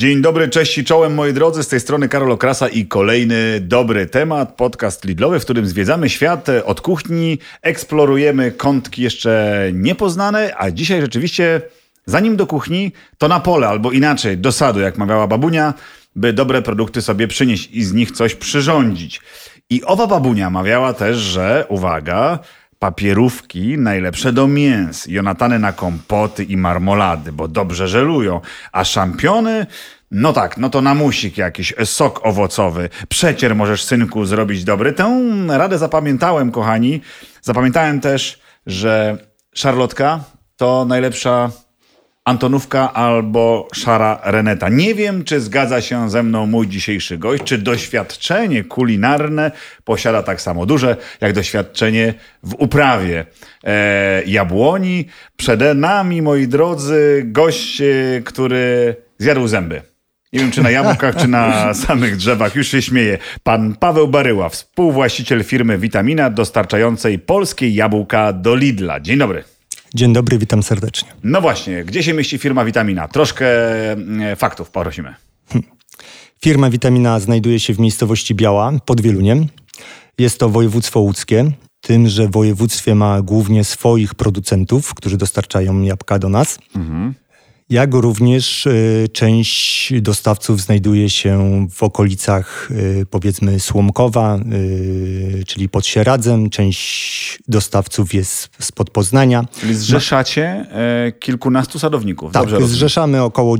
Dzień dobry, cześć i czołem moi drodzy, z tej strony Karol Okrasa i kolejny dobry temat, podcast Lidlowy, w którym zwiedzamy świat od kuchni, eksplorujemy kątki jeszcze niepoznane, a dzisiaj rzeczywiście zanim do kuchni, to na pole albo inaczej do sadu, jak mawiała babunia, by dobre produkty sobie przynieść i z nich coś przyrządzić. I owa babunia mawiała też, że, uwaga, papierówki najlepsze do mięs, jonatany na kompoty i marmolady, bo dobrze żelują, a szampiony, no tak, no to na musik jakiś, sok owocowy, przecier możesz, synku, zrobić dobry. Tę radę zapamiętałem, kochani. Zapamiętałem też, że szarlotka to najlepsza Antonówka albo szara reneta. Nie wiem, czy zgadza się ze mną mój dzisiejszy gość, czy doświadczenie kulinarne posiada tak samo duże, jak doświadczenie w uprawie jabłoni. Przed nami, moi drodzy, gość, który zjadł zęby. Nie wiem, czy na jabłkach, czy na samych drzewach. Już się śmieje. Pan Paweł Baryła, współwłaściciel firmy Vitamina, dostarczającej polskie jabłka do Lidla. Dzień dobry. Dzień dobry, witam serdecznie. No właśnie, gdzie się mieści firma Vitamina? Troszkę faktów prosimy. Firma Vitamina znajduje się w miejscowości Biała pod Wieluniem. Jest to województwo łódzkie. Tym, że w województwie ma głównie swoich producentów, którzy dostarczają jabłka do nas. Jak również część dostawców znajduje się w okolicach, powiedzmy, Słomkowa, czyli pod Sieradzem. Część dostawców jest spod Poznania. Czyli zrzeszacie kilkunastu sadowników. Tak, dobrze zrzeszamy około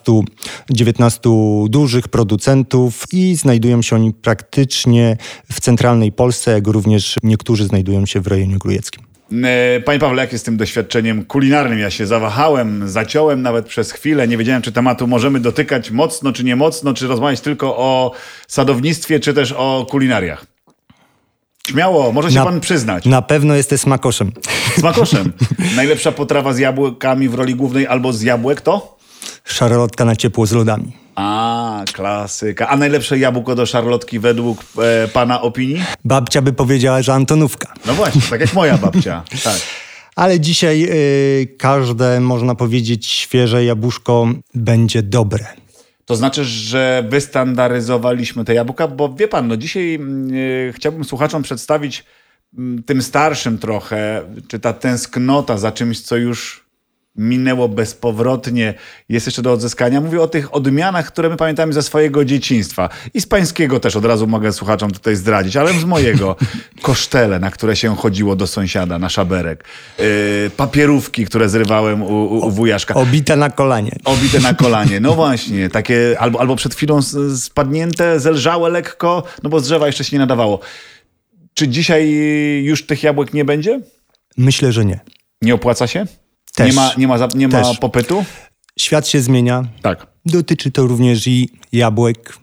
19 dużych producentów i znajdują się oni praktycznie w centralnej Polsce, jak również niektórzy znajdują się w rejonie grujeckim. Panie Pawle, jak jest z tym doświadczeniem kulinarnym? Ja się zawahałem, zaciąłem nawet przez chwilę. Nie wiedziałem, czy tematu możemy dotykać mocno, czy nie mocno, czy rozmawiać tylko o sadownictwie, czy też o kulinariach. Śmiało, może się pan przyznać. Na pewno jesteś smakoszem. Smakoszem. Najlepsza potrawa z jabłkami w roli głównej albo z jabłek to? Szarlotka na ciepło z lodami. A, klasyka. A najlepsze jabłko do szarlotki według pana opinii? Babcia by powiedziała, że Antonówka. No właśnie, tak jak moja babcia. Tak. Ale dzisiaj każde, można powiedzieć, świeże jabłuszko będzie dobre. To znaczy, że wystandaryzowaliśmy te jabłka, bo wie pan, no dzisiaj chciałbym słuchaczom przedstawić tym starszym trochę, czy ta tęsknota za czymś, co już minęło bezpowrotnie, jest jeszcze do odzyskania. Mówię o tych odmianach, które my pamiętamy ze swojego dzieciństwa. I z pańskiego też od razu mogę słuchaczom tutaj zdradzić, ale z mojego. Kosztele, na które się chodziło do sąsiada, na szaberek. Papierówki, które zrywałem u wujaszka. Obite na kolanie. Obite na kolanie, no właśnie. Takie albo przed chwilą spadnięte, zelżałe lekko, no bo z drzewa jeszcze się nie nadawało. Czy dzisiaj już tych jabłek nie będzie? Myślę, że nie. Nie opłaca się? Też. Nie ma popytu? Świat się zmienia. Tak. Dotyczy to również i jabłek.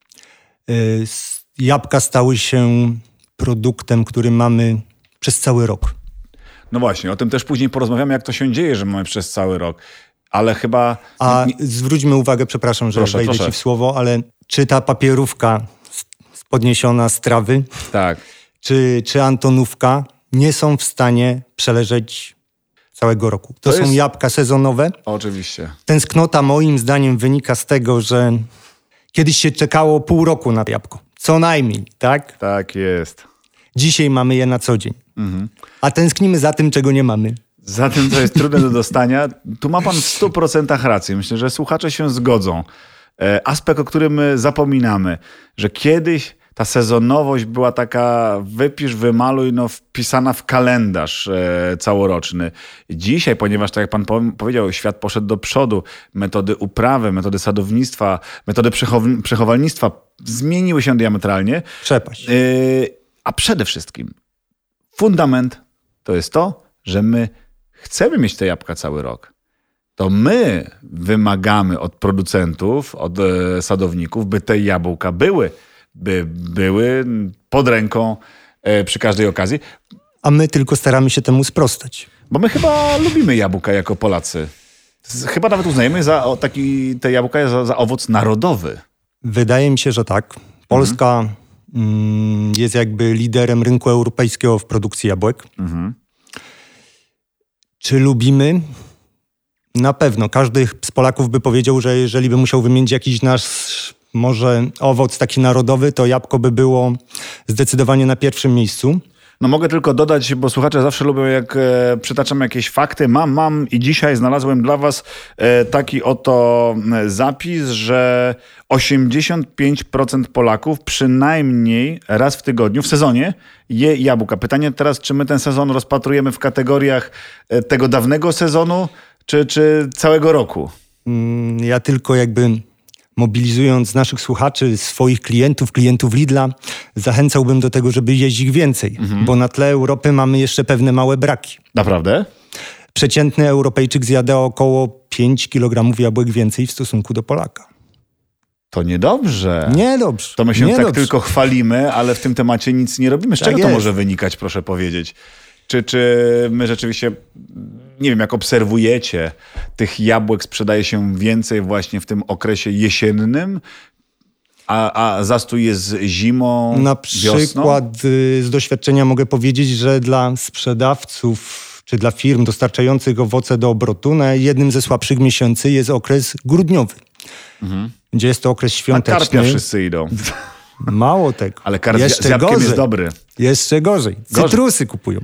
Jabłka stały się produktem, który mamy przez cały rok. No właśnie, o tym też później porozmawiamy, jak to się dzieje, że mamy przez cały rok. Ale chyba... Zwróćmy uwagę, przepraszam, że wejdę ci w słowo, ale czy ta papierówka podniesiona z trawy, tak, czy Antonówka nie są w stanie przeleżeć całego roku. To są jabłka sezonowe. Oczywiście. Tęsknota moim zdaniem wynika z tego, że kiedyś się czekało pół roku na jabłko. Co najmniej, tak? Tak jest. Dzisiaj mamy je na co dzień. A tęsknimy za tym, czego nie mamy. Za tym, co jest trudne do dostania. Tu ma pan w 100% rację. Myślę, że słuchacze się zgodzą. Aspekt, o którym zapominamy, że kiedyś ta sezonowość była taka wypisz, wymaluj, no wpisana w kalendarz całoroczny. Dzisiaj, ponieważ tak jak pan powiedział, świat poszedł do przodu, metody uprawy, metody sadownictwa, metody przechowalnictwa zmieniły się diametralnie. Przepaść. A przede wszystkim fundament to jest to, że my chcemy mieć te jabłka cały rok. To my wymagamy od producentów, od sadowników, by te jabłka były pod ręką przy każdej okazji. A my tylko staramy się temu sprostać. Bo my chyba lubimy jabłka jako Polacy. Chyba nawet uznajemy te jabłka za owoc narodowy. Wydaje mi się, że tak. Polska jest jakby liderem rynku europejskiego w produkcji jabłek. Czy lubimy? Na pewno. Każdy z Polaków by powiedział, że jeżeli by musiał wymienić jakiś nasz może owoc taki narodowy, to jabłko by było zdecydowanie na pierwszym miejscu. No mogę tylko dodać, bo słuchacze zawsze lubią, jak przytaczam jakieś fakty. Mam i dzisiaj znalazłem dla was taki oto zapis, że 85% Polaków przynajmniej raz w tygodniu, w sezonie, je jabłka. Pytanie teraz, czy my ten sezon rozpatrujemy w kategoriach tego dawnego sezonu, czy całego roku? Ja tylko mobilizując naszych słuchaczy, swoich klientów Lidla, zachęcałbym do tego, żeby jeść ich więcej, bo na tle Europy mamy jeszcze pewne małe braki. Naprawdę? Przeciętny Europejczyk zjada około 5 kg jabłek więcej w stosunku do Polaka. To niedobrze. Niedobrze. To my się tak tylko chwalimy, ale w tym temacie nic nie robimy. Z czego to może wynikać, proszę powiedzieć? Czy my rzeczywiście, nie wiem, jak obserwujecie, tych jabłek sprzedaje się więcej właśnie w tym okresie jesiennym, a zastój jest zimą, Na wiosną? przykład z doświadczenia mogę powiedzieć, że dla sprzedawców czy dla firm dostarczających owoce do obrotu na jednym ze słabszych miesięcy jest okres grudniowy, gdzie jest to okres świąteczny. Na karpia wszyscy idą. Mało tego. Ale karp z jabłkiem jest dobry. Jeszcze gorzej. Cytrusy kupują.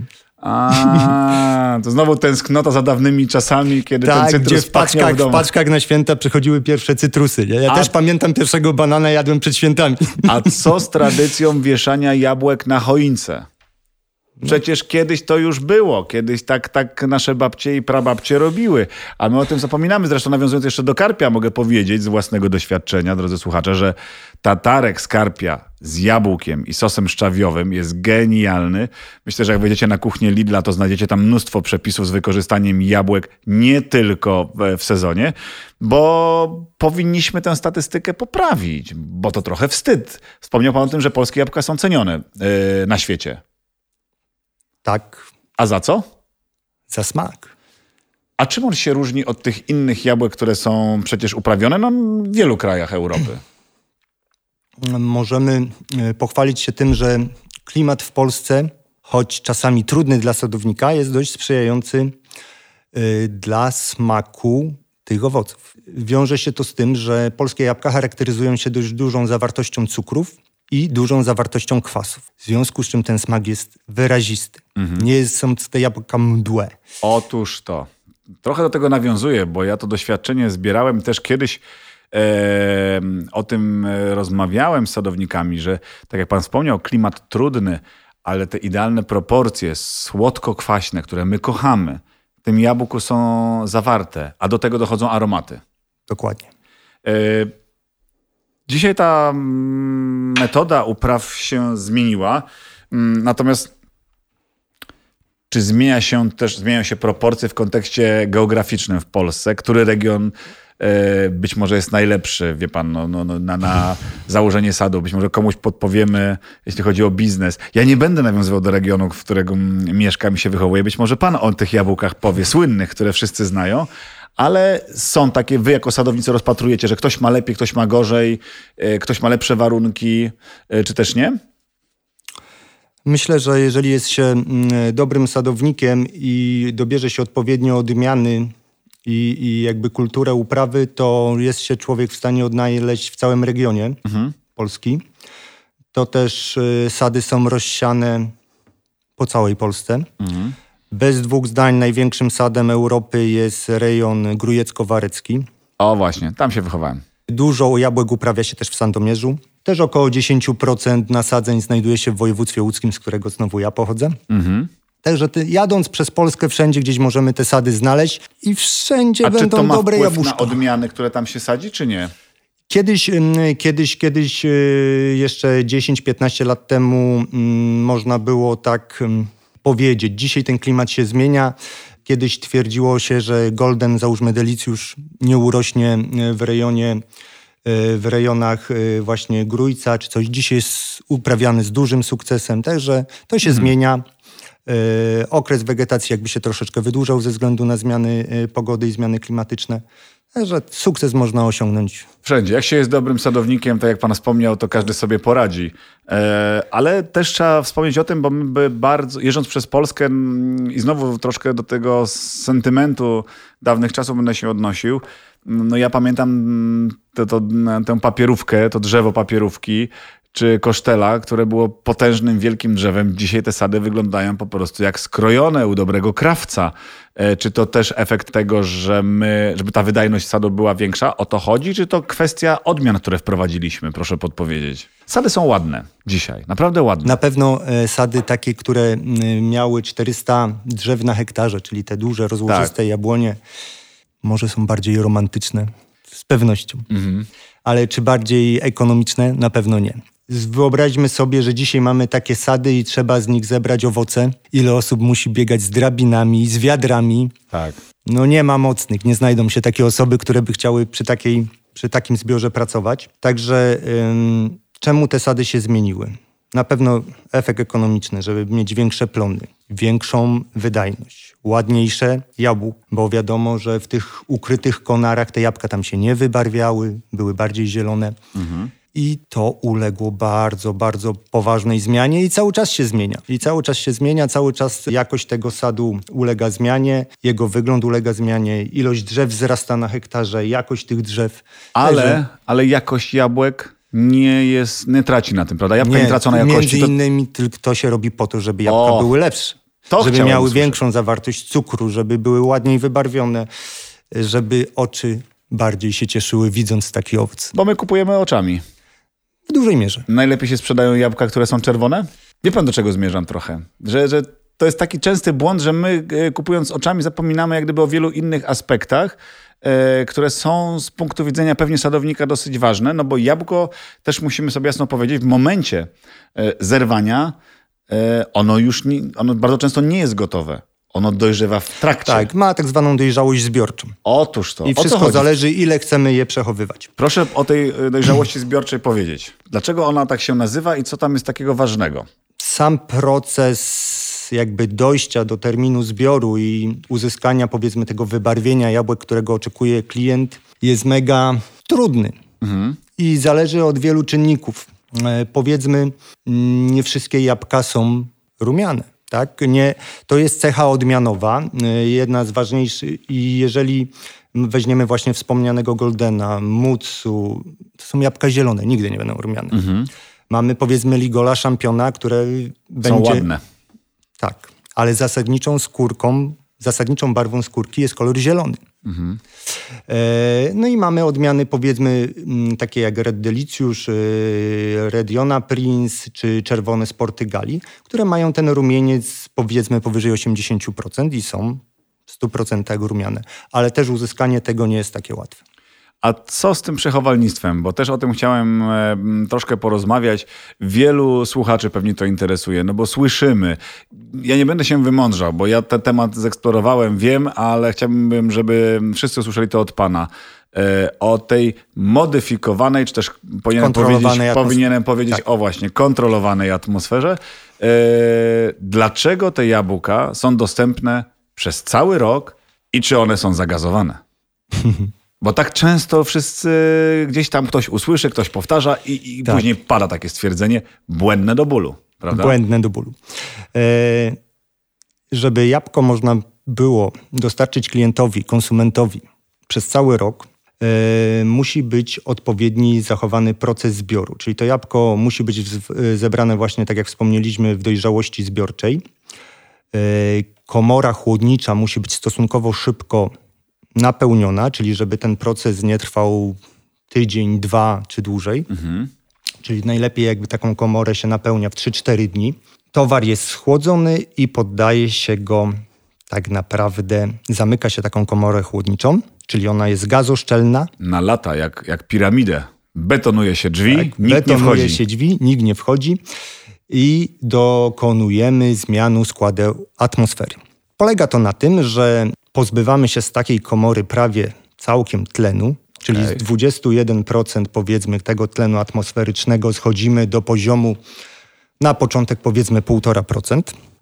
To znowu tęsknota za dawnymi czasami, kiedy ten cytrus w paczkach na święta przychodziły pierwsze cytrusy. Ja też pamiętam pierwszego banana jadłem przed świętami. A co z tradycją wieszania jabłek na choince? Przecież kiedyś to już było. Kiedyś tak nasze babcie i prababcie robiły. A my o tym zapominamy. Zresztą nawiązując jeszcze do karpia, mogę powiedzieć z własnego doświadczenia, drodzy słuchacze, że tatarek z karpia z jabłkiem i sosem szczawiowym jest genialny. Myślę, że jak wejdziecie na kuchnię Lidla, to znajdziecie tam mnóstwo przepisów z wykorzystaniem jabłek nie tylko w sezonie, bo powinniśmy tę statystykę poprawić, bo to trochę wstyd. Wspomniał pan o tym, że polskie jabłka są cenione na świecie. Tak. A za co? Za smak. A czym on się różni od tych innych jabłek, które są przecież uprawione w wielu krajach Europy? Możemy pochwalić się tym, że klimat w Polsce, choć czasami trudny dla sadownika, jest dość sprzyjający dla smaku tych owoców. Wiąże się to z tym, że polskie jabłka charakteryzują się dość dużą zawartością cukrów i dużą zawartością kwasów. W związku z czym ten smak jest wyrazisty. Nie są te jabłka mdłe. Otóż to. Trochę do tego nawiązuję, bo ja to doświadczenie zbierałem też kiedyś. O tym rozmawiałem z sadownikami, że tak jak pan wspomniał, klimat trudny, ale te idealne proporcje słodko-kwaśne, które my kochamy, w tym jabłku są zawarte, a do tego dochodzą aromaty. Dokładnie. Dzisiaj ta metoda upraw się zmieniła, natomiast czy zmieniają się proporcje w kontekście geograficznym w Polsce? Który region być może jest najlepszy, wie pan, na założenie sadu. Być może komuś podpowiemy, jeśli chodzi o biznes. Ja nie będę nawiązywał do regionu, w którym mieszkam i się wychowuję. Być może pan o tych jabłkach powie, słynnych, które wszyscy znają, ale są takie, wy jako sadownicy rozpatrujecie, że ktoś ma lepiej, ktoś ma gorzej, ktoś ma lepsze warunki, czy też nie? Myślę, że jeżeli jest się dobrym sadownikiem i dobierze się odpowiednio odmiany i jakby kulturę uprawy, to jest się człowiek w stanie odnaleźć w całym regionie Polski. To też sady są rozsiane po całej Polsce. Bez dwóch zdań największym sadem Europy jest rejon Grójecko-Warecki. O właśnie, tam się wychowałem. Dużo jabłek uprawia się też w Sandomierzu. Też około 10% nasadzeń znajduje się w województwie łódzkim, z którego znowu ja pochodzę. Także jadąc przez Polskę, wszędzie gdzieś możemy te sady znaleźć i wszędzie będą dobre jabłuszka. A czy to ma wpływ na odmiany, które tam się sadzi, czy nie? Kiedyś jeszcze 10-15 lat temu można było tak powiedzieć. Dzisiaj ten klimat się zmienia. Kiedyś twierdziło się, że Golden, załóżmy Delicjusz, nie urośnie w rejonach właśnie Grójca czy coś. Dzisiaj jest uprawiany z dużym sukcesem, także to się zmienia. Okres wegetacji jakby się troszeczkę wydłużał ze względu na zmiany pogody i zmiany klimatyczne. Także sukces można osiągnąć. Wszędzie. Jak się jest dobrym sadownikiem, tak jak pan wspomniał, to każdy sobie poradzi. Ale też trzeba wspomnieć o tym, bo my bardzo, jeżdżąc przez Polskę i znowu troszkę do tego sentymentu dawnych czasów będę się odnosił. No ja pamiętam tę papierówkę, to drzewo papierówki, czy kosztela, które było potężnym, wielkim drzewem. Dzisiaj te sady wyglądają po prostu jak skrojone u dobrego krawca. Czy to też efekt tego, żeby ta wydajność sadu była większa? O to chodzi? Czy to kwestia odmian, które wprowadziliśmy? Proszę podpowiedzieć. Sady są ładne dzisiaj, naprawdę ładne. Na pewno sady takie, które miały 400 drzew na hektarze, czyli te duże, rozłożyste jabłonie, może są bardziej romantyczne, z pewnością. Ale czy bardziej ekonomiczne? Na pewno nie. Wyobraźmy sobie, że dzisiaj mamy takie sady i trzeba z nich zebrać owoce. Ile osób musi biegać z drabinami, z wiadrami. Tak. No nie ma mocnych, nie znajdą się takie osoby, które by chciały przy takim zbiorze pracować. Także czemu te sady się zmieniły? Na pewno efekt ekonomiczny, żeby mieć większe plony, większą wydajność, ładniejsze jabłko, bo wiadomo, że w tych ukrytych konarach te jabłka tam się nie wybarwiały, były bardziej zielone. I to uległo bardzo, bardzo poważnej zmianie i cały czas się zmienia. Cały czas jakość tego sadu ulega zmianie, jego wygląd ulega zmianie, ilość drzew wzrasta na hektarze, jakość tych drzew. Ale jakość jabłek nie traci na tym, prawda? Jabłka nie tracą na jakości. Między innymi tylko to się robi po to, żeby jabłka były lepsze. Żeby miały większą zawartość cukru, żeby były ładniej wybarwione, żeby oczy bardziej się cieszyły widząc taki owoc. Bo my kupujemy oczami. W dużej mierze. Najlepiej się sprzedają jabłka, które są czerwone? Wie pan, do czego zmierzam trochę? Że to jest taki częsty błąd, że my kupując oczami zapominamy jak gdyby o wielu innych aspektach, które są z punktu widzenia pewnie sadownika dosyć ważne, no bo jabłko, też musimy sobie jasno powiedzieć, w momencie zerwania ono bardzo często nie jest gotowe. Ono dojrzewa w trakcie. Tak, ma tak zwaną dojrzałość zbiorczą. Otóż to. I wszystko zależy, ile chcemy je przechowywać. Proszę o tej dojrzałości zbiorczej powiedzieć. Dlaczego ona tak się nazywa i co tam jest takiego ważnego? Sam proces jakby dojścia do terminu zbioru i uzyskania powiedzmy tego wybarwienia jabłek, którego oczekuje klient, jest mega trudny. I zależy od wielu czynników. Powiedzmy, nie wszystkie jabłka są rumiane. Tak? To jest cecha odmianowa, jedna z ważniejszych i jeżeli weźmiemy właśnie wspomnianego Goldena, Mutsu, to są jabłka zielone, nigdy nie będą rumiane. Mamy powiedzmy Ligola Championa, które są ładne. Tak, ale zasadniczą barwą skórki jest kolor zielony. No i mamy odmiany powiedzmy takie jak Red Delicious, Rediona Prince czy Czerwone z Portugalii, które mają ten rumieniec powiedzmy powyżej 80% i są w 100% rumiane. Ale też uzyskanie tego nie jest takie łatwe. A co z tym przechowalnictwem? Bo też o tym chciałem troszkę porozmawiać. Wielu słuchaczy pewnie to interesuje, no bo słyszymy. Ja nie będę się wymądrzał, bo ja ten temat zeksplorowałem, wiem, ale chciałbym, żeby wszyscy usłyszeli to od pana. O tej modyfikowanej, czy też powinienem powiedzieć tak. O właśnie, kontrolowanej atmosferze. Dlaczego te jabłka są dostępne przez cały rok i czy one są zagazowane? Bo tak często wszyscy gdzieś tam ktoś usłyszy, ktoś powtarza i tak. Później pada takie stwierdzenie błędne do bólu, prawda? Błędne do bólu. Żeby jabłko można było dostarczyć klientowi, konsumentowi przez cały rok, musi być odpowiedni zachowany proces zbioru. Czyli to jabłko musi być zebrane właśnie, tak jak wspomnieliśmy, w dojrzałości zbiorczej. Komora chłodnicza musi być stosunkowo szybko napełniona, czyli żeby ten proces nie trwał tydzień, 2 czy dłużej. Czyli najlepiej jakby taką komorę się napełnia w 3-4 dni. Towar jest schłodzony i poddaje się go tak naprawdę, zamyka się taką komorę chłodniczą, czyli ona jest gazoszczelna. Na lata, jak piramidę. Betonuje się drzwi, tak, nikt nie wchodzi. Betonuje się drzwi, nikt nie wchodzi i dokonujemy zmiany składu atmosfery. Polega to na tym, że pozbywamy się z takiej komory prawie całkiem tlenu, czyli z 21% powiedzmy tego tlenu atmosferycznego schodzimy do poziomu na początek powiedzmy 1,5%.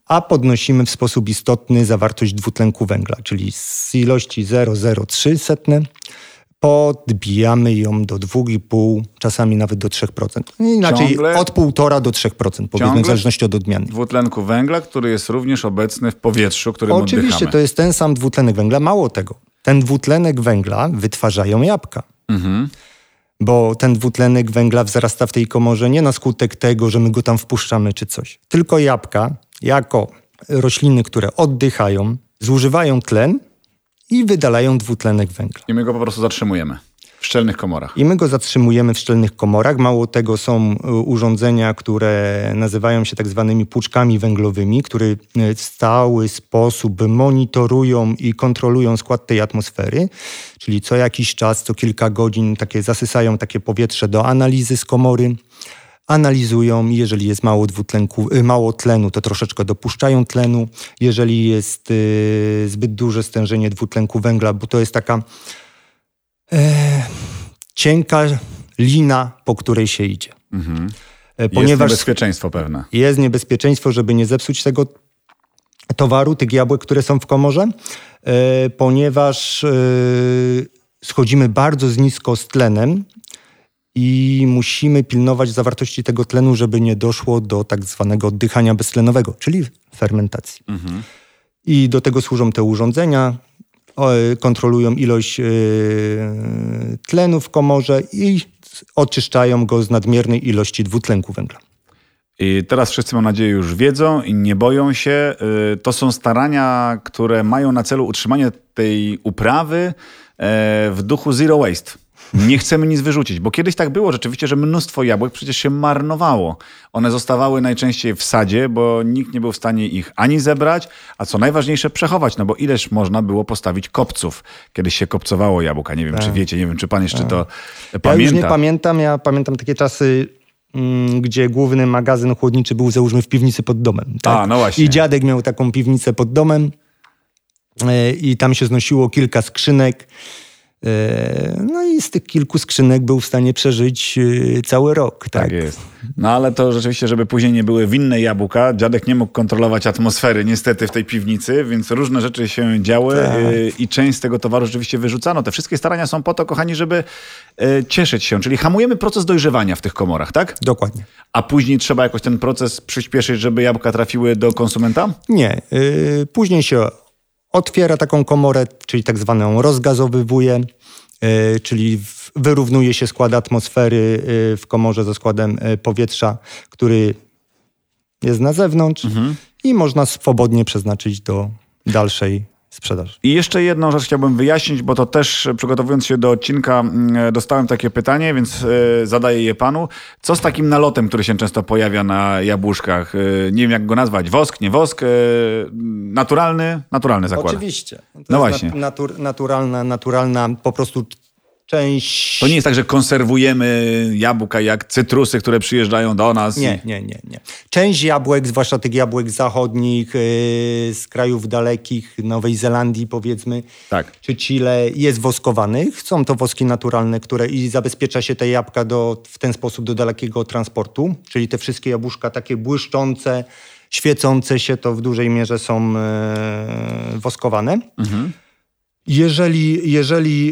a podnosimy w sposób istotny zawartość dwutlenku węgla, czyli z ilości 0,03 podbijamy ją do 2,5, czasami nawet do 3%. Inaczej Ciągle? Od 1,5 do 3%, powiedzmy, w zależności od odmiany. Dwutlenku węgla, który jest również obecny w powietrzu, którym Oczywiście, oddychamy. to jest ten sam dwutlenek węgla. Mało tego, ten dwutlenek węgla wytwarzają jabłka. Bo ten dwutlenek węgla wzrasta w tej komorze nie na skutek tego, że my go tam wpuszczamy czy coś. Tylko jabłka, jako rośliny, które oddychają, zużywają tlen i wydalają dwutlenek węgla. I my go po prostu zatrzymujemy w szczelnych komorach. I my go zatrzymujemy w szczelnych komorach. Mało tego, są urządzenia, które nazywają się tak zwanymi płuczkami węglowymi, które w stały sposób monitorują i kontrolują skład tej atmosfery. Czyli co jakiś czas, co kilka godzin zasysają takie powietrze do analizy z komory. Analizują, jeżeli jest mało tlenu, to troszeczkę dopuszczają tlenu. Jeżeli jest zbyt duże stężenie dwutlenku węgla, bo to jest taka cienka lina, po której się idzie. Ponieważ jest niebezpieczeństwo pewne. Jest niebezpieczeństwo, żeby nie zepsuć tego towaru, tych jabłek, które są w komorze, ponieważ schodzimy bardzo nisko z tlenem i musimy pilnować zawartości tego tlenu, żeby nie doszło do tak zwanego oddychania beztlenowego, czyli fermentacji. I do tego służą te urządzenia, kontrolują ilość tlenu w komorze i oczyszczają go z nadmiernej ilości dwutlenku węgla. I teraz wszyscy, mam nadzieję, już wiedzą i nie boją się. To są starania, które mają na celu utrzymanie tej uprawy w duchu zero waste. Nie chcemy nic wyrzucić, bo kiedyś tak było rzeczywiście, że mnóstwo jabłek przecież się marnowało. One zostawały najczęściej w sadzie, bo nikt nie był w stanie ich ani zebrać, a co najważniejsze przechować, no bo ileż można było postawić kopców. Kiedyś się kopcowało jabłka, nie wiem czy wiecie, nie wiem czy pan jeszcze to pamięta. Ja już nie pamiętam, ja pamiętam takie czasy, gdzie główny magazyn chłodniczy był, załóżmy, w piwnicy pod domem. Tak? No właśnie. I dziadek miał taką piwnicę pod domem i tam się znosiło kilka skrzynek. No i z tych kilku skrzynek był w stanie przeżyć cały rok. Tak jest. No ale to rzeczywiście, żeby później nie były winne jabłka, dziadek nie mógł kontrolować atmosfery niestety w tej piwnicy, więc różne rzeczy się działy i część z tego towaru rzeczywiście wyrzucano. Te wszystkie starania są po to, kochani, żeby cieszyć się, czyli hamujemy proces dojrzewania w tych komorach, tak? Dokładnie. A później trzeba jakoś ten proces przyspieszyć, żeby jabłka trafiły do konsumenta? Nie. Później się otwiera taką komorę, czyli tak zwaną rozgazowywuje, czyli wyrównuje się skład atmosfery w komorze ze składem powietrza, który jest na zewnątrz i można swobodnie przeznaczyć do dalszej sprzedaży. I jeszcze jedną rzecz chciałbym wyjaśnić, bo to też przygotowując się do odcinka dostałem takie pytanie, więc zadaję je panu. Co z takim nalotem, który się często pojawia na jabłuszkach? Nie wiem jak go nazwać. Wosk, nie wosk? Naturalny? Naturalny zakładam. Oczywiście. To no jest właśnie. Naturalna po prostu część... To nie jest tak, że konserwujemy jabłka jak cytrusy, które przyjeżdżają do nas? Nie. Część jabłek, zwłaszcza tych jabłek zachodnich, z krajów dalekich, Nowej Zelandii powiedzmy, tak, czy Chile, jest woskowanych. Są to woski naturalne, które i zabezpiecza się te jabłka w ten sposób do dalekiego transportu. Czyli te wszystkie jabłuszka takie błyszczące, świecące się, to w dużej mierze są woskowane. Jeżeli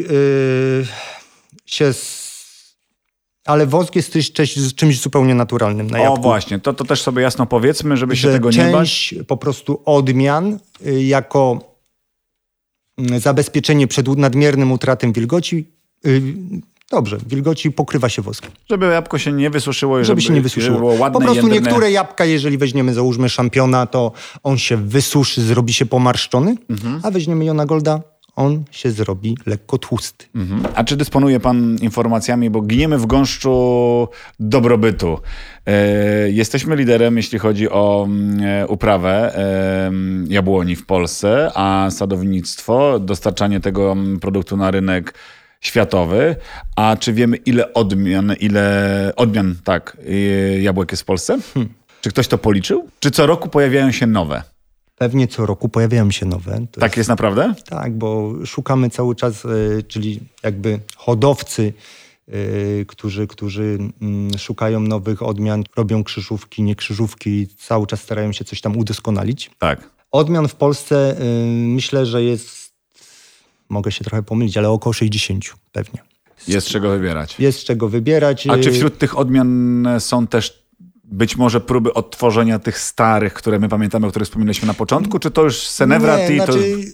ale wosk jest czymś zupełnie naturalnym na jabłku. O właśnie, to też sobie jasno powiedzmy, żeby się tego nie bać. Część po prostu odmian jako zabezpieczenie przed nadmiernym utratem wilgoci, wilgoci pokrywa się woskiem. Żeby jabłko się nie wysuszyło. Żeby się nie wysuszyło. Żeby było ładne, po prostu jędrne. Niektóre jabłka, jeżeli weźmiemy, załóżmy szampiona, to on się wysuszy, zrobi się pomarszczony, a weźmiemy Jona Golda, on się zrobi lekko tłusty. A czy dysponuje pan informacjami, bo giniemy w gąszczu dobrobytu. Jesteśmy liderem, jeśli chodzi o uprawę jabłoni w Polsce, a sadownictwo, dostarczanie tego produktu na rynek światowy. A czy wiemy, ile odmian jabłek jest w Polsce? Czy ktoś to policzył? Czy co roku pojawiają się nowe? Pewnie co roku pojawiają się nowe. Tak jest naprawdę? Tak, bo szukamy cały czas, czyli jakby hodowcy którzy szukają nowych odmian, robią krzyżówki, nie krzyżówki, cały czas starają się coś tam udoskonalić. Tak. Odmian w Polsce myślę, że jest, mogę się trochę pomylić, ale około 60 pewnie. Jest czego wybierać. Jest czego wybierać. A czy wśród tych odmian są też być może próby odtworzenia tych starych, które my pamiętamy, o których wspominaliśmy na początku, czy to już Senewrat i to...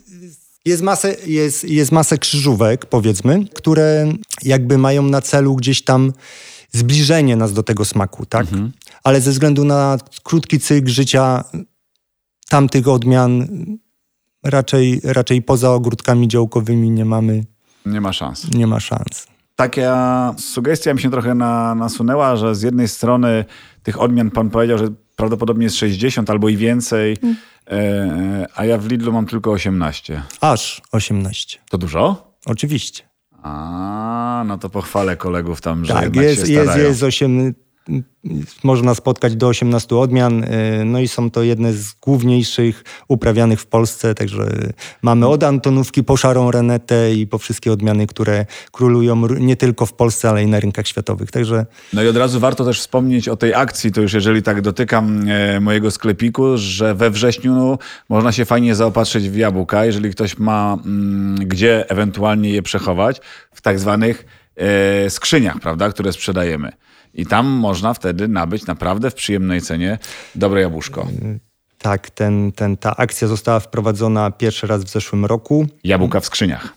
Jest masę krzyżówek, powiedzmy, które jakby mają na celu gdzieś tam zbliżenie nas do tego smaku, tak? Ale ze względu na krótki cykl życia tamtych odmian raczej poza ogródkami działkowymi Nie ma szans. Nie ma szans. Taka sugestia mi się trochę nasunęła, że z jednej strony tych odmian pan powiedział, że prawdopodobnie jest 60 albo i więcej, a ja w Lidlu mam tylko 18. Aż 18. To dużo? Oczywiście. No to pochwalę kolegów tam, że tak, jednak się starają. Jest 8, można spotkać do 18 odmian, no i są to jedne z główniejszych uprawianych w Polsce, także mamy od Antonówki po Szarą Renetę i po wszystkie odmiany, które królują nie tylko w Polsce, ale i na rynkach światowych, także... No i od razu warto też wspomnieć o tej akcji, to już jeżeli tak dotykam mojego sklepiku, że we wrześniu można się fajnie zaopatrzyć w jabłka, jeżeli ktoś ma gdzie ewentualnie je przechować, w tak zwanych skrzyniach, prawda, które sprzedajemy. I tam można wtedy nabyć naprawdę w przyjemnej cenie dobre jabłuszko. Tak, ta akcja została wprowadzona pierwszy raz w zeszłym roku. Jabłka w skrzyniach.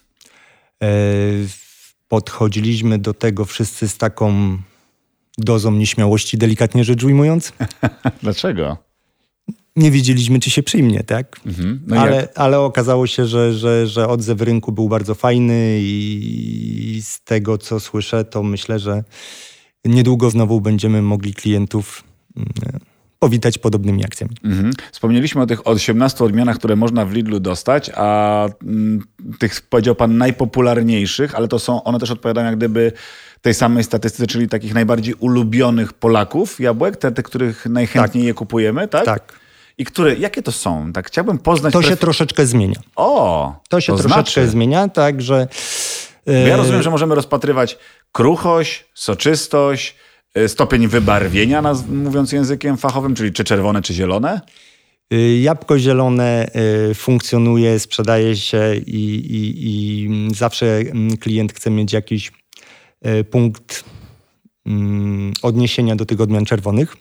Podchodziliśmy do tego wszyscy z taką dozą nieśmiałości, delikatnie rzecz ujmując. Dlaczego? Nie wiedzieliśmy, czy się przyjmie, tak? No ale okazało się, że odzew rynku był bardzo fajny i z tego, co słyszę, to myślę, że niedługo znowu będziemy mogli klientów powitać podobnymi akcjami. Wspomnieliśmy o tych 18 odmianach, które można w Lidlu dostać, a tych, powiedział pan, najpopularniejszych, ale to są, one też odpowiadają jak gdyby tej samej statystyce, czyli takich najbardziej ulubionych Polaków jabłek, te których najchętniej je kupujemy, tak? Tak. I jakie to są? Tak, chciałbym poznać... To się troszeczkę zmienia. To się troszeczkę zmienia, tak, że... Ja rozumiem, że możemy rozpatrywać kruchość, soczystość, stopień wybarwienia, mówiąc językiem fachowym, czyli czy czerwone, czy zielone? Jabłko zielone funkcjonuje, sprzedaje się i zawsze klient chce mieć jakiś punkt odniesienia do tych odmian czerwonych.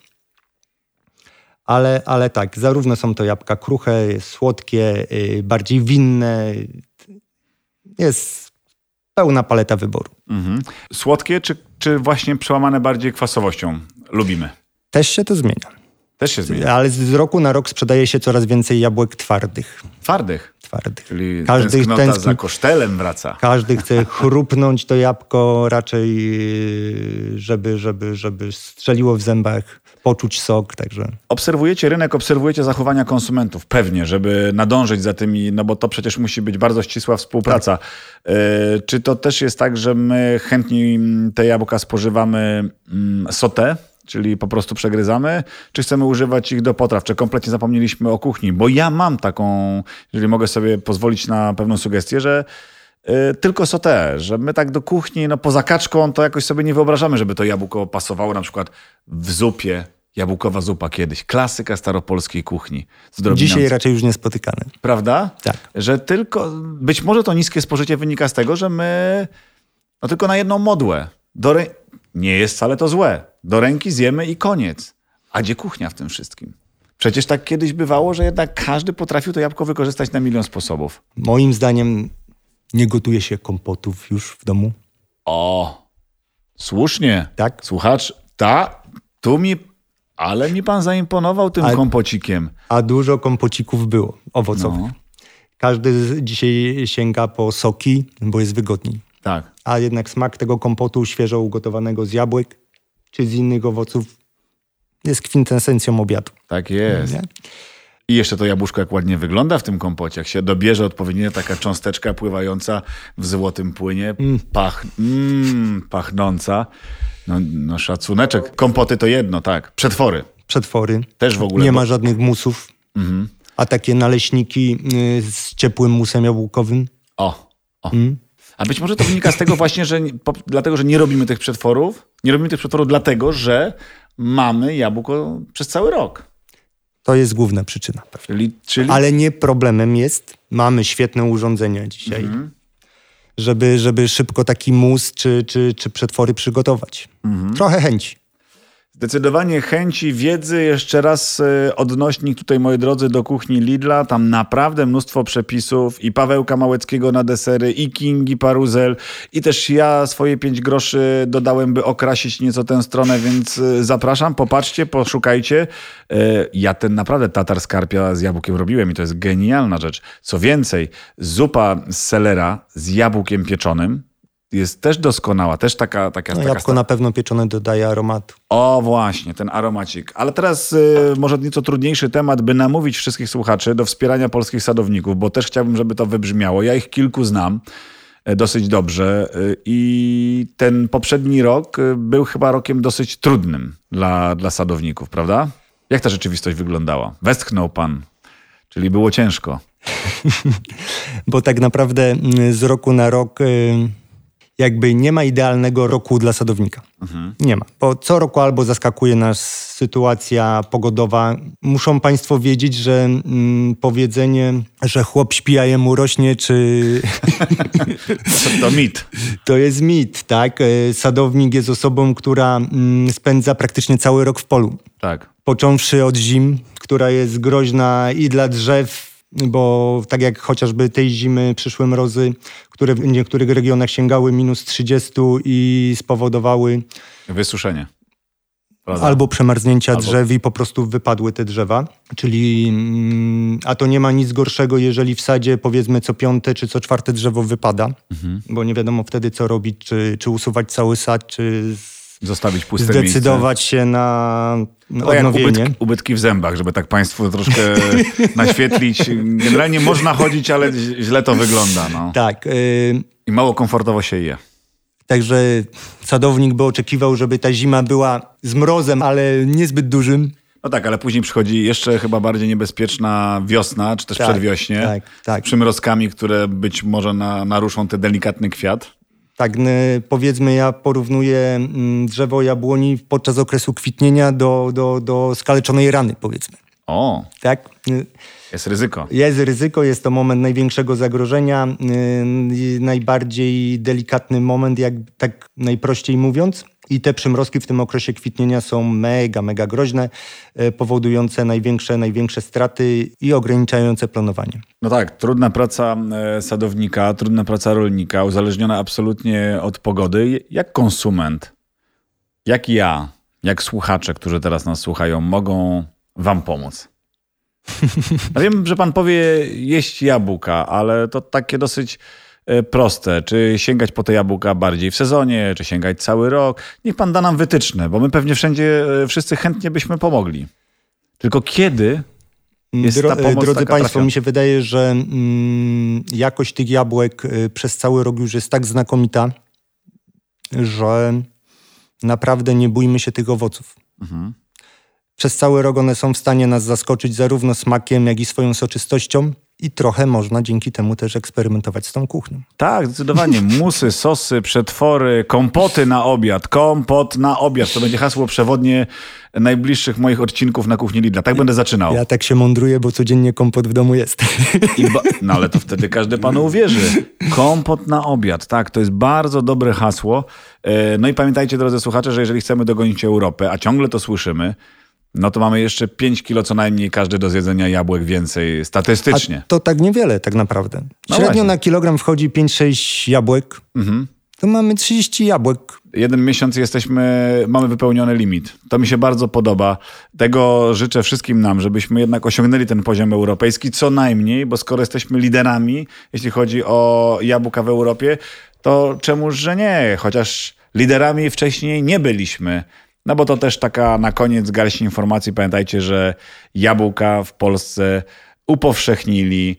Ale tak, zarówno są to jabłka kruche, słodkie, bardziej winne. Jest pełna paleta wyboru. Słodkie czy właśnie przełamane bardziej kwasowością? Lubimy. Też się to zmienia. Też się zmienia. Ale z roku na rok sprzedaje się coraz więcej jabłek twardych. Twardych? Czyli tęsknota za kosztelem wraca. Każdy chce chrupnąć to jabłko raczej, żeby strzeliło w zębach, poczuć sok. Także. Obserwujecie rynek, obserwujecie zachowania konsumentów. Pewnie, żeby nadążyć za tymi, no bo to przecież musi być bardzo ścisła współpraca. Tak. Czy to też jest tak, że my chętniej te jabłka spożywamy sauté? Czyli po prostu przegryzamy, czy chcemy używać ich do potraw, czy kompletnie zapomnieliśmy o kuchni? Bo ja mam taką, jeżeli mogę sobie pozwolić na pewną sugestię, że tylko sauté, że my tak do kuchni, no poza kaczką to jakoś sobie nie wyobrażamy, żeby to jabłko pasowało na przykład w zupie. Jabłkowa zupa kiedyś, klasyka staropolskiej kuchni. Dzisiaj raczej już niespotykane. Prawda? Tak. Że tylko, być może to niskie spożycie wynika z tego, że my tylko na jedną modłę. Nie jest wcale to złe. Do ręki zjemy i koniec. A gdzie kuchnia w tym wszystkim? Przecież tak kiedyś bywało, że jednak każdy potrafił to jabłko wykorzystać na milion sposobów. Moim zdaniem nie gotuje się kompotów już w domu. Słusznie. Tak? Słuchacz, ale mi pan zaimponował tym kompocikiem. A dużo kompocików było, owocowych. No. Każdy dzisiaj sięga po soki, bo jest wygodniej. Tak. A jednak smak tego kompotu świeżo ugotowanego z jabłek czy z innych owoców jest kwintesencją obiadu. Tak jest. Nie? I jeszcze to jabłuszko jak ładnie wygląda w tym kompocie. Jak się dobierze odpowiednio taka cząsteczka pływająca w złotym płynie, pachnąca. No szacuneczek. Kompoty to jedno, tak. Przetwory. Też w ogóle. Nie ma żadnych musów. A takie naleśniki z ciepłym musem jabłkowym. A być może to wynika z tego właśnie, że dlatego, że nie robimy tych przetworów. Nie robimy tych przetworów dlatego, że mamy jabłko przez cały rok. To jest główna przyczyna. Czyli... Ale nie problemem jest, mamy świetne urządzenia dzisiaj, żeby szybko taki mus czy przetwory przygotować. Trochę chęci. Zdecydowanie chęci, wiedzy. Jeszcze raz odnośnik tutaj, moi drodzy, do kuchni Lidla. Tam naprawdę mnóstwo przepisów i Pawełka Małeckiego na desery, i Kingi Paruzel, i też ja swoje 5 groszy dodałem, by okrasić nieco tę stronę, więc zapraszam, popatrzcie, poszukajcie. Ja ten naprawdę tatar z karpia z jabłkiem robiłem i to jest genialna rzecz. Co więcej, zupa z selera z jabłkiem pieczonym jest też doskonała, też taka jabłko na pewno pieczone dodaje aromatu. O właśnie, ten aromacik. Ale teraz może nieco trudniejszy temat, by namówić wszystkich słuchaczy do wspierania polskich sadowników, bo też chciałbym, żeby to wybrzmiało. Ja ich kilku znam dosyć dobrze i ten poprzedni rok był chyba rokiem dosyć trudnym dla sadowników, prawda? Jak ta rzeczywistość wyglądała? Westchnął pan, czyli było ciężko. Bo tak naprawdę z roku na rok... jakby nie ma idealnego roku dla sadownika. Nie ma. Bo co roku albo zaskakuje nas sytuacja pogodowa. Muszą państwo wiedzieć, że powiedzenie, że chłop śpi, a jemu rośnie, czy... To mit. To jest mit, tak? Sadownik jest osobą, która spędza praktycznie cały rok w polu. Tak. Począwszy od zim, która jest groźna i dla drzew, bo tak jak chociażby tej zimy przyszłe mrozy, które w niektórych regionach sięgały -30 i spowodowały wysuszenie. Prawda? Albo przemarznięcia drzew i po prostu wypadły te drzewa. Czyli, a to nie ma nic gorszego, jeżeli w sadzie powiedzmy co 5. czy co 4. drzewo wypada, bo nie wiadomo wtedy co robić, czy usuwać cały sad, czy zostawić puste zdecydować miejsce. się na odnowienie. Jak ubytki w zębach, żeby tak państwu troszkę naświetlić. Generalnie można chodzić, ale źle to wygląda. No. Tak. I mało komfortowo się je. Także sadownik by oczekiwał, żeby ta zima była z mrozem, ale niezbyt dużym. No tak, ale później przychodzi jeszcze chyba bardziej niebezpieczna wiosna, czy też przedwiośnie. Z przymrozkami, które być może naruszą ten delikatny kwiat. Tak, powiedzmy, ja porównuję drzewo jabłoni podczas okresu kwitnienia do skaleczonej rany, powiedzmy. O, tak? Jest ryzyko. Jest ryzyko, jest to moment największego zagrożenia, najbardziej delikatny moment, jak tak najprościej mówiąc. I te przymrozki w tym okresie kwitnienia są mega groźne, powodujące największe straty i ograniczające planowanie. No tak, trudna praca sadownika, trudna praca rolnika, uzależniona absolutnie od pogody. Jak konsument, jak ja, jak słuchacze, którzy teraz nas słuchają, mogą wam pomóc? Ja wiem, że pan powie jeść jabłka, ale to takie dosyć proste. Czy sięgać po te jabłka bardziej w sezonie, czy sięgać cały rok? Niech pan da nam wytyczne, bo my pewnie wszyscy chętnie byśmy pomogli. Tylko kiedy jest ta pomoc Drodzy taka państwo, trafiona? mi się wydaje, że jakość tych jabłek przez cały rok już jest tak znakomita, że naprawdę nie bójmy się tych owoców. Przez cały rok one są w stanie nas zaskoczyć zarówno smakiem, jak i swoją soczystością i trochę można dzięki temu też eksperymentować z tą kuchnią. Tak, zdecydowanie. Musy, sosy, przetwory, kompoty na obiad. Kompot na obiad. To będzie hasło przewodnie najbliższych moich odcinków na kuchni Lidla. Tak będę zaczynał. Ja tak się mądruję, bo codziennie kompot w domu jest. No ale to wtedy każdy panu uwierzy. Kompot na obiad. Tak, to jest bardzo dobre hasło. No i pamiętajcie, drodzy słuchacze, że jeżeli chcemy dogonić Europę, a ciągle to słyszymy, no to mamy jeszcze 5 kilo co najmniej każdy do zjedzenia jabłek więcej statystycznie. A to tak niewiele tak naprawdę. Średnio na kilogram wchodzi 5-6 jabłek. To mamy 30 jabłek. 1 miesiąc mamy wypełniony limit. To mi się bardzo podoba. Tego życzę wszystkim nam, żebyśmy jednak osiągnęli ten poziom europejski co najmniej, bo skoro jesteśmy liderami, jeśli chodzi o jabłka w Europie, to czemuż, że nie? Chociaż liderami wcześniej nie byliśmy. No bo to też taka na koniec garść informacji. Pamiętajcie, że jabłka w Polsce upowszechnili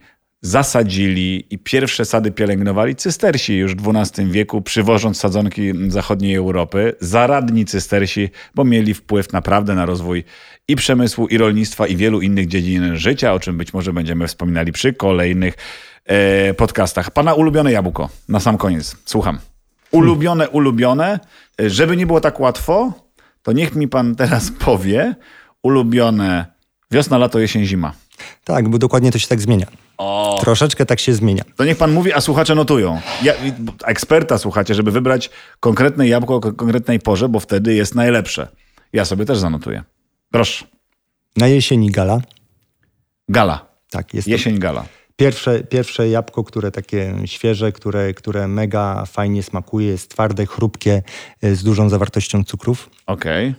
zasadzili i pierwsze sady pielęgnowali cystersi już w XII wieku, przywożąc sadzonki zachodniej Europy. Zaradni cystersi, bo mieli wpływ naprawdę na rozwój i przemysłu, i rolnictwa, i wielu innych dziedzin życia, o czym być może będziemy wspominali przy kolejnych podcastach. Pana ulubione jabłko, na sam koniec. Słucham. Ulubione. Żeby nie było tak łatwo, to niech mi pan teraz powie, ulubione wiosna, lato, jesień, zima. Tak, bo dokładnie to się tak zmienia. Troszeczkę tak się zmienia. To niech pan mówi, a słuchacze notują. Eksperta słuchacie, żeby wybrać konkretne jabłko o konkretnej porze, bo wtedy jest najlepsze. Ja sobie też zanotuję. Proszę. Na jesieni gala. Gala. Tak, jest Jesień gala. Pierwsze jabłko, które takie świeże, które mega fajnie smakuje, jest twarde, chrupkie, z dużą zawartością cukrów. Okej.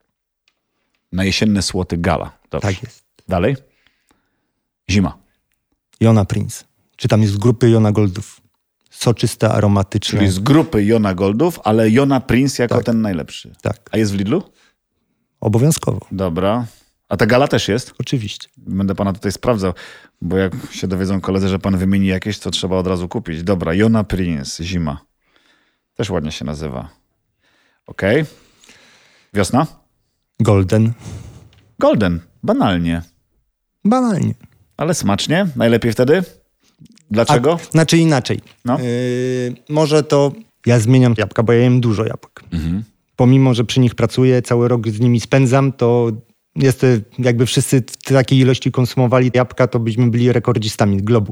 Na jesienne słoty gala. Dobrze. Tak jest. Dalej. Zima. Jona Prince. Czy tam jest z grupy Jona Goldów. Soczyste, aromatyczne. Czyli z grupy Jona Goldów, ale Jona Prince jako Tak. ten najlepszy. Tak. A jest w Lidlu? Obowiązkowo. Dobra. A ta gala też jest? Oczywiście. Będę pana tutaj sprawdzał, bo jak się dowiedzą koledzy, że pan wymieni jakieś, to trzeba od razu kupić. Dobra, Jona Prince, zima. Też ładnie się nazywa. Okej. Wiosna? Golden. Golden, banalnie. Banalnie. Ale smacznie. Najlepiej wtedy? Dlaczego? Znaczy inaczej. No. Może to ja zmieniam jabłka, bo ja jem dużo jabłek. Pomimo, że przy nich pracuję, cały rok z nimi spędzam, to jest jakby wszyscy w takiej ilości konsumowali jabłka, to byśmy byli rekordzistami globu.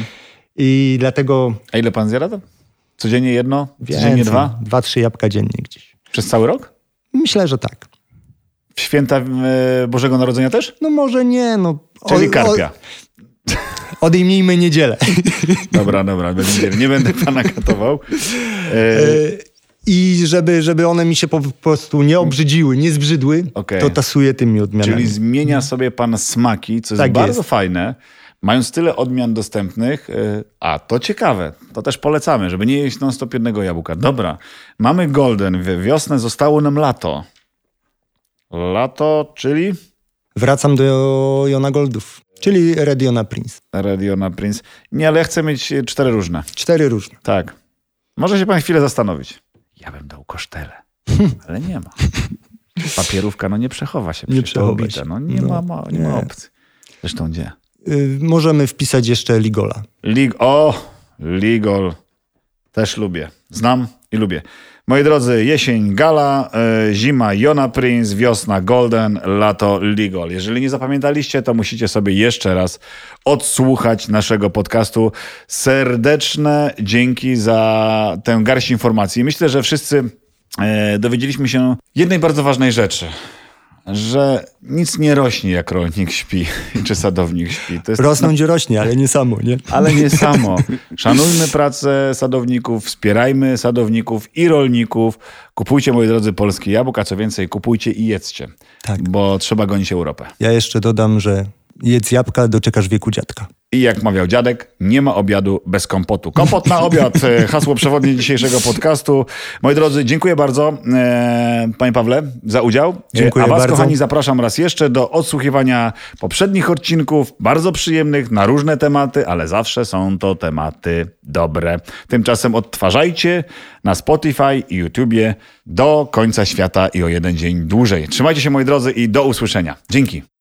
I dlatego... A ile pan zjada to? Codziennie jedno? Codziennie więcej, dwa? 2-3 jabłka dziennie gdzieś. Przez cały rok? Myślę, że tak. W święta Bożego Narodzenia też? No może nie, no... Czyli karpia. Odejmijmy niedzielę. Dobra, nie będę pana katował. I żeby one mi się po prostu nie obrzydziły, nie zbrzydły, Okej. to tasuję tymi odmianami. Czyli zmienia sobie pan smaki, co jest Tak bardzo jest. fajne. Mając tyle odmian dostępnych, a to ciekawe, to też polecamy, żeby nie jeść non-stop jednego jabłka. Dobra, mamy golden, wiosnę, zostało nam lato. Lato, czyli Wracam do Jona Goldów, czyli Red Jona Prince. Red Jona Prince. Nie, ale ja chcę mieć 4 różne. 4 różne. Tak. Może się pan chwilę zastanowić. Ja bym dał kosztele, ale nie ma. Papierówka, nie przechowa się. Nie przecież to przechowa obite. się. Nie ma nie. opcji. Zresztą gdzie? Możemy wpisać jeszcze Ligola. Ligol. Też lubię. Znam i lubię. Moi drodzy, jesień Gala, zima Jona Prince, wiosna Golden, lato Ligol. Jeżeli nie zapamiętaliście, to musicie sobie jeszcze raz odsłuchać naszego podcastu. Serdeczne dzięki za tę garść informacji. Myślę, że wszyscy dowiedzieliśmy się jednej bardzo ważnej rzeczy. Że nic nie rośnie, jak rolnik śpi, czy sadownik śpi. To jest Rosnąć rośnie, ale nie samo, nie? Ale nie samo. Szanujmy pracę sadowników, wspierajmy sadowników i rolników. Kupujcie, moi drodzy, polskie jabłka. Co więcej, kupujcie i jedzcie, Tak. bo trzeba gonić Europę. Ja jeszcze dodam, że jedz jabłka, doczekasz wieku dziadka. I jak mawiał dziadek, nie ma obiadu bez kompotu. Kompot na obiad, hasło przewodnie dzisiejszego podcastu. Moi drodzy, dziękuję bardzo, panie Pawle, za udział. Dziękuję A was, bardzo. kochani, zapraszam raz jeszcze do odsłuchiwania poprzednich odcinków, bardzo przyjemnych, na różne tematy, ale zawsze są to tematy dobre. Tymczasem odtwarzajcie na Spotify i YouTubie do końca świata i o jeden dzień dłużej. Trzymajcie się, moi drodzy, i do usłyszenia. Dzięki.